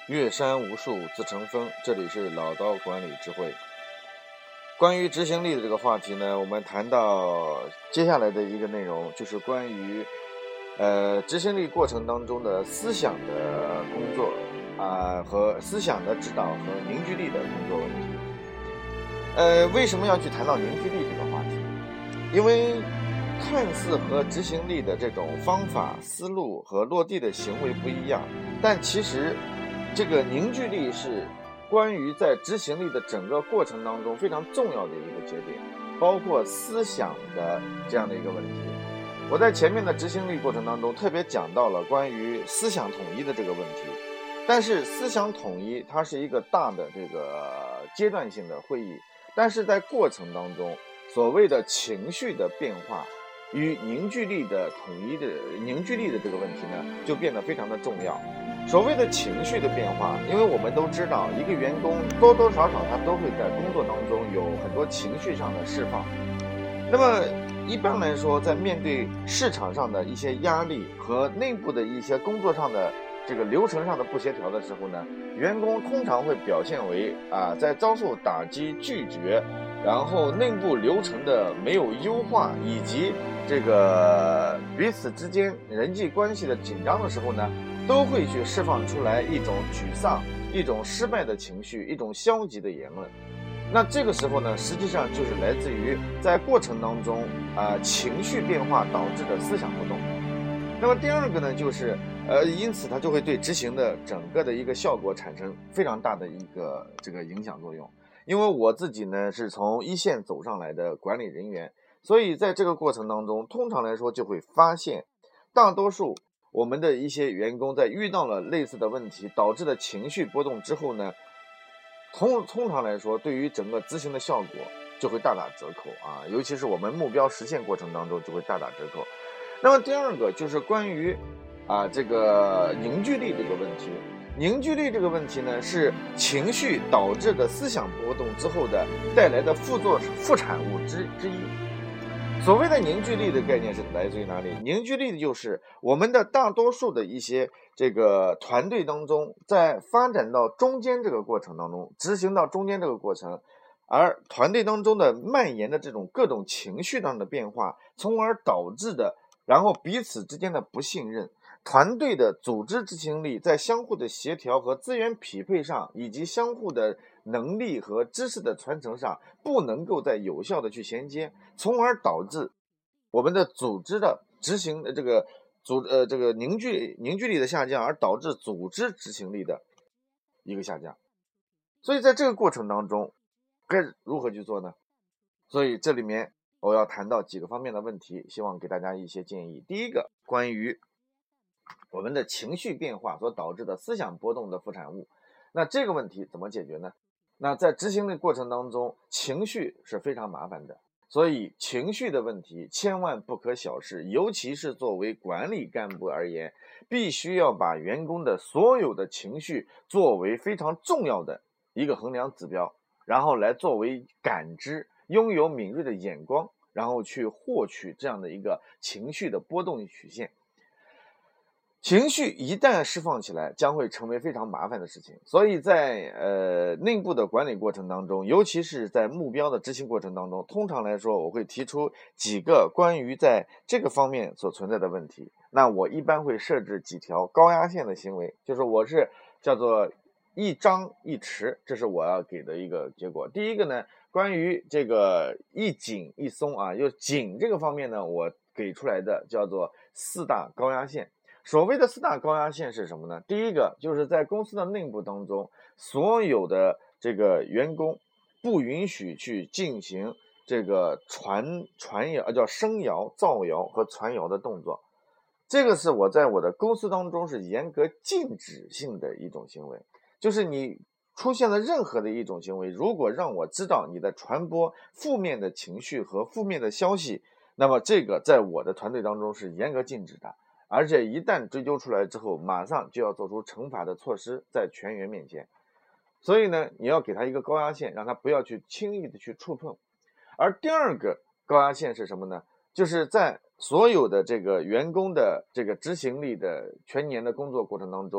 越山无数自成峰，这里是老刀管理智慧。关于执行力的这个话题呢，我们谈到接下来的一个内容，就是关于执行力过程当中的思想的工作和思想的指导和凝聚力的工作问题。为什么要去谈到凝聚力这个话题？因为看似和执行力的这种方法、思路和落地的行为不一样，但其实这个凝聚力是关于在执行力的整个过程当中非常重要的一个节点，包括思想的这样的一个问题。我在前面的执行力过程当中特别讲到了关于思想统一的这个问题，但是思想统一它是一个大的这个阶段性的会议，但是在过程当中所谓的情绪的变化与凝聚力的统一的凝聚力的这个问题呢，就变得非常的重要。所谓的情绪的变化，因为我们都知道，一个员工多多少少他都会在工作当中有很多情绪上的释放。那么一般来说，在面对市场上的一些压力和内部的一些工作上的这个流程上的不协调的时候呢，员工通常会表现为在遭受打击、拒绝，然后内部流程的没有优化，以及这个彼此之间人际关系的紧张的时候呢，都会去释放出来一种沮丧、一种失败的情绪、一种消极的言论。那这个时候呢，实际上就是来自于在过程当中情绪变化导致的思想波动。那么第二个呢，就是因此它就会对执行的整个的一个效果产生非常大的一个这个影响作用。因为我自己呢是从一线走上来的管理人员，所以在这个过程当中，通常来说就会发现，大多数我们的一些员工在遇到了类似的问题导致的情绪波动之后呢，通常来说，对于整个执行的效果就会大打折扣尤其是我们目标实现过程当中就会大打折扣。那么第二个就是关于这个凝聚力这个问题。凝聚力这个问题呢，是情绪导致的思想波动之后的带来的副产物之一。所谓的凝聚力的概念是来自于哪里？凝聚力就是我们的大多数的一些这个团队当中，在发展到中间这个过程当中，执行到中间这个过程，而团队当中的蔓延的这种各种情绪上的变化，从而导致的然后彼此之间的不信任，团队的组织执行力在相互的协调和资源匹配上，以及相互的能力和知识的传承上，不能够再有效的去衔接，从而导致我们的组织的执行的这个这个凝聚力的下降，而导致组织执行力的一个下降。所以在这个过程当中，该如何去做呢？所以这里面我要谈到几个方面的问题，希望给大家一些建议。第一个，关于我们的情绪变化所导致的思想波动的副产物，那这个问题怎么解决呢？那在执行的过程当中，情绪是非常麻烦的，所以情绪的问题千万不可小视，尤其是作为管理干部而言，必须要把员工的所有的情绪作为非常重要的一个衡量指标，然后来作为感知，拥有敏锐的眼光，然后去获取这样的一个情绪的波动曲线。情绪一旦释放起来，将会成为非常麻烦的事情。所以在内部的管理过程当中，尤其是在目标的执行过程当中，通常来说，我会提出几个关于在这个方面所存在的问题。那我一般会设置几条高压线的行为，就是我是叫做一张一弛，这是我要给的一个结果。第一个呢，关于这个一紧一松就紧这个方面呢，我给出来的叫做4大高压线。所谓的4大高压线是什么呢？第一个就是在公司的内部当中，所有的这个员工不允许去进行这个传谣，叫声谣、造谣和传谣的动作。这个是我在我的公司当中是严格禁止性的一种行为，就是你出现了任何的一种行为，如果让我知道你在传播负面的情绪和负面的消息，那么这个在我的团队当中是严格禁止的。而且一旦追究出来之后，马上就要做出惩罚的措施，在全员面前。所以呢，你要给他一个高压线，让他不要去轻易的去触碰。而第二个高压线是什么呢？就是在所有的这个员工的这个执行力的全年的工作过程当中，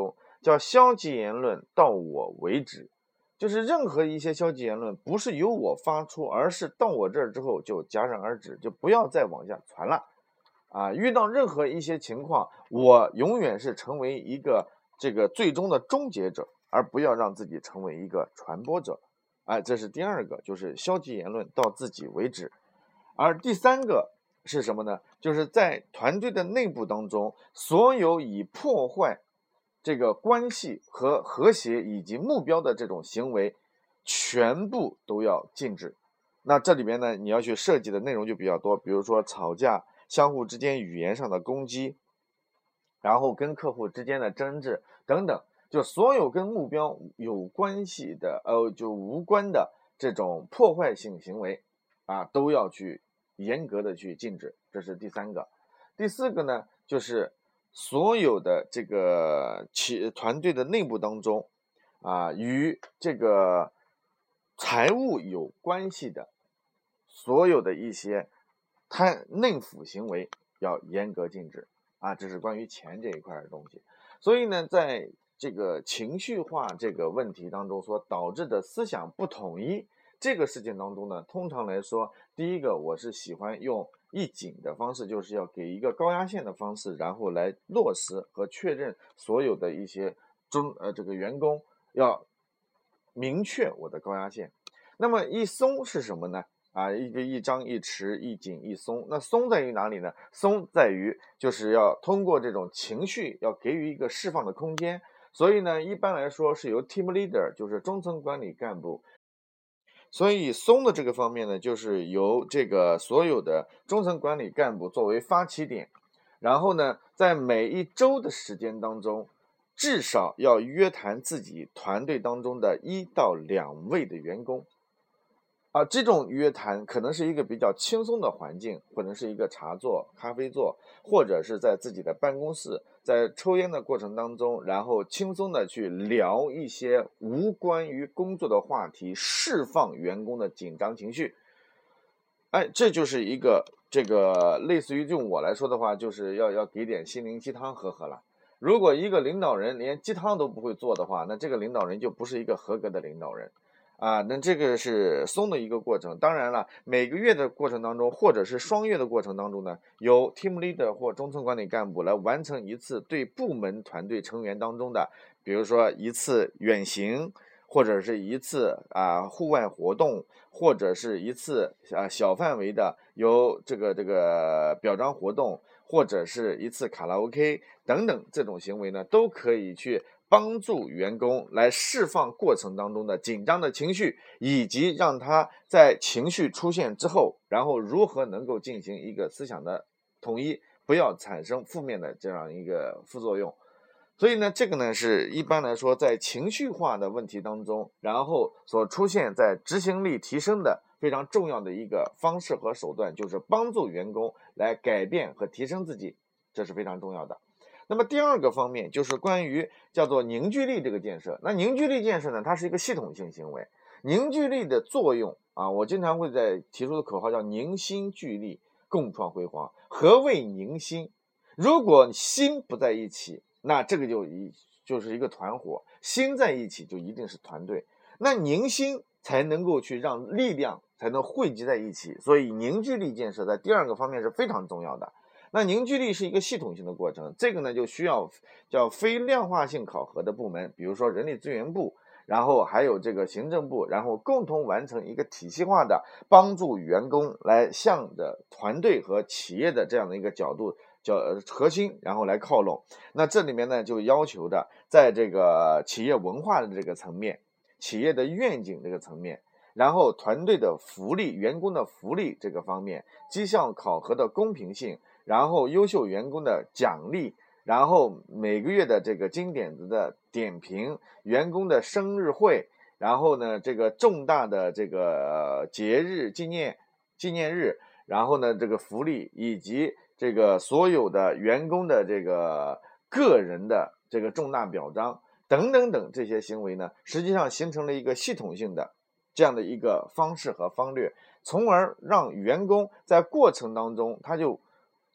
叫消极言论到我为止，就是任何一些消极言论不是由我发出，而是到我这儿之后就戛然而止，就不要再往下传了。遇到任何一些情况，我永远是成为一个这个最终的终结者，而不要让自己成为一个传播者。这是第二个，就是消极言论到自己为止。而第三个是什么呢？就是在团队的内部当中，所有以破坏这个关系和和谐以及目标的这种行为，全部都要禁止。那这里边呢，你要去设计的内容就比较多，比如说吵架、相互之间语言上的攻击，然后跟客户之间的争执等等，就所有跟目标有关系的就无关的这种破坏性行为都要去严格的去禁止。这是第三个。第四个呢，就是所有的这个团队的内部当中与这个财务有关系的所有的一些内腐行为要严格禁止这是关于钱这一块的东西。所以呢，在这个情绪化这个问题当中所导致的思想不统一这个事件当中呢，通常来说，第一个我是喜欢用一警的方式，就是要给一个高压线的方式，然后来落实和确认所有的一些这个员工要明确我的高压线。那么一松是什么呢？一张一弛一紧一松。那松在于哪里呢？松在于就是要通过这种情绪要给予一个释放的空间。所以呢，一般来说是由 team leader 就是中层管理干部。所以松的这个方面呢，就是由这个所有的中层管理干部作为发起点，然后呢，在每一周的时间当中，至少要约谈自己团队当中的1到2位的员工。这种约谈可能是一个比较轻松的环境，可能是一个茶座、咖啡座，或者是在自己的办公室，在抽烟的过程当中，然后轻松的去聊一些无关于工作的话题，释放员工的紧张情绪。这就是一个这个类似于用我来说的话，就是要给点心灵鸡汤喝了。如果一个领导人连鸡汤都不会做的话，那这个领导人就不是一个合格的领导人。那这个是松的一个过程。当然了，每个月的过程当中，或者是双月的过程当中呢，由 team leader 或中层管理干部来完成一次对部门团队成员当中的，比如说一次远行，或者是一次户外活动，或者是一次小范围的由这个表彰活动，或者是一次卡拉 OK 等等，这种行为呢，都可以去帮助员工来释放过程当中的紧张的情绪，以及让他在情绪出现之后，然后如何能够进行一个思想的统一，不要产生负面的这样一个副作用。所以呢，这个呢是一般来说在情绪化的问题当中，然后所出现在执行力提升的非常重要的一个方式和手段，就是帮助员工来改变和提升自己，这是非常重要的。那么第二个方面就是关于叫做凝聚力这个建设。那凝聚力建设呢，它是一个系统性行为。凝聚力的作用我经常会在提出的口号叫凝心聚力，共创辉煌。何谓凝心？如果心不在一起，那这个就是一个团伙，心在一起就一定是团队。那凝心才能够去让力量才能汇集在一起，所以凝聚力建设在第二个方面是非常重要的。那凝聚力是一个系统性的过程，这个呢就需要叫非量化性考核的部门，比如说人力资源部，然后还有这个行政部，然后共同完成一个体系化的帮助员工来向着团队和企业的这样的一个角度核心，然后来靠拢。那这里面呢就要求的在这个企业文化的这个层面，企业的愿景这个层面，然后团队的福利、员工的福利这个方面，绩效考核的公平性，然后优秀员工的奖励，然后每个月的这个金点子的点评，员工的生日会，然后呢这个重大的这个节日纪念日，然后呢这个福利，以及这个所有的员工的这个个人的这个重大表彰等等等这些行为呢，实际上形成了一个系统性的这样的一个方式和方略，从而让员工在过程当中他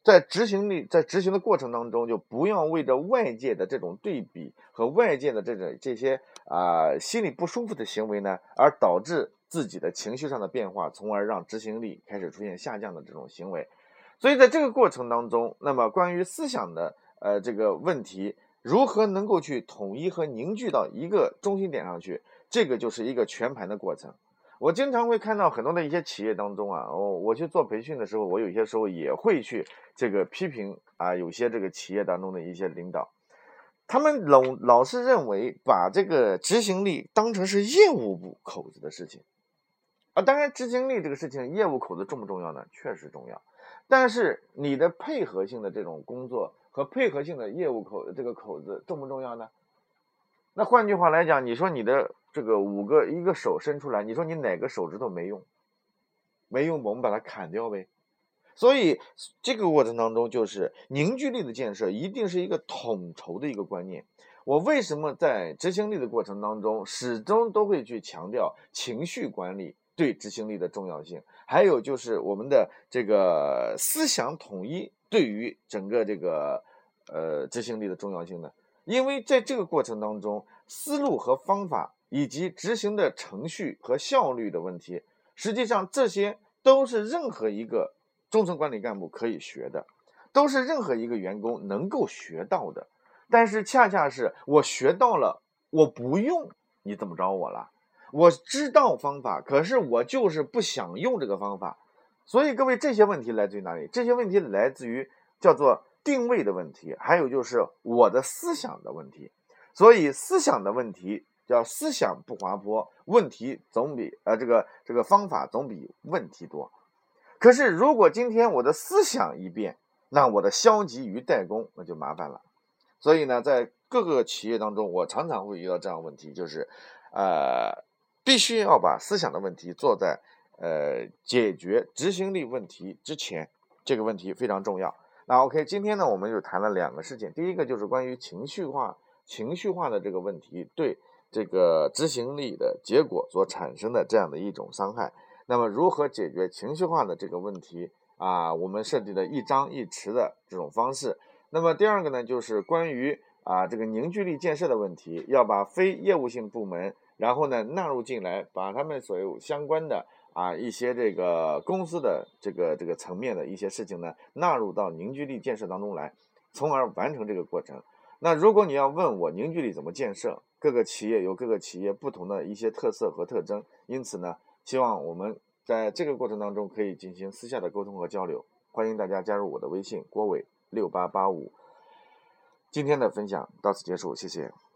在执行的过程当中，就不要为着外界的这种对比和外界的这些心里不舒服的行为呢，而导致自己的情绪上的变化，从而让执行力开始出现下降的这种行为。所以在这个过程当中，那么关于思想的这个问题，如何能够去统一和凝聚到一个中心点上去，这个就是一个全盘的过程。我经常会看到很多的一些企业当中我去做培训的时候，我有些时候也会去这个批评有些这个企业当中的一些领导，他们老是认为把这个执行力当成是业务部口子的事情当然执行力这个事情，业务口子重不重要呢？确实重要，但是你的配合性的这种工作和配合性的业务口子重不重要呢？那换句话来讲，你说你的这个一个手伸出来，你说你哪个手指头没用？没用，我们把它砍掉呗。所以这个过程当中，就是凝聚力的建设一定是一个统筹的一个观念。我为什么在执行力的过程当中，始终都会去强调情绪管理对执行力的重要性，还有就是我们的这个思想统一对于整个这个执行力的重要性呢？因为在这个过程当中，思路和方法以及执行的程序和效率的问题，实际上这些都是任何一个中层管理干部可以学的，都是任何一个员工能够学到的。但是恰恰是我学到了，我不用，你怎么着我了？我知道方法，可是我就是不想用这个方法。所以各位，这些问题来自于哪里？这些问题来自于叫做定位的问题，还有就是我的思想的问题。所以思想的问题叫思想不滑坡，问题总比这个方法总比问题多。可是如果今天我的思想一变，那我的消极与怠工那就麻烦了。所以呢，在各个企业当中，我常常会遇到这样的问题，就是必须要把思想的问题做在解决执行力问题之前，这个问题非常重要。那 OK， 今天呢我们就谈了两个事情，第一个就是关于情绪化的这个问题对这个执行力的结果所产生的这样的一种伤害。那么如何解决情绪化的这个问题我们设计了一张一弛的这种方式。那么第二个呢，就是关于这个凝聚力建设的问题，要把非业务性部门，然后呢纳入进来，把他们所有相关的一些这个公司的这个层面的一些事情呢，纳入到凝聚力建设当中来，从而完成这个过程。那如果你要问我凝聚力怎么建设，各个企业有各个企业不同的一些特色和特征，因此呢，希望我们在这个过程当中可以进行私下的沟通和交流。欢迎大家加入我的微信郭伟6885。今天的分享到此结束，谢谢。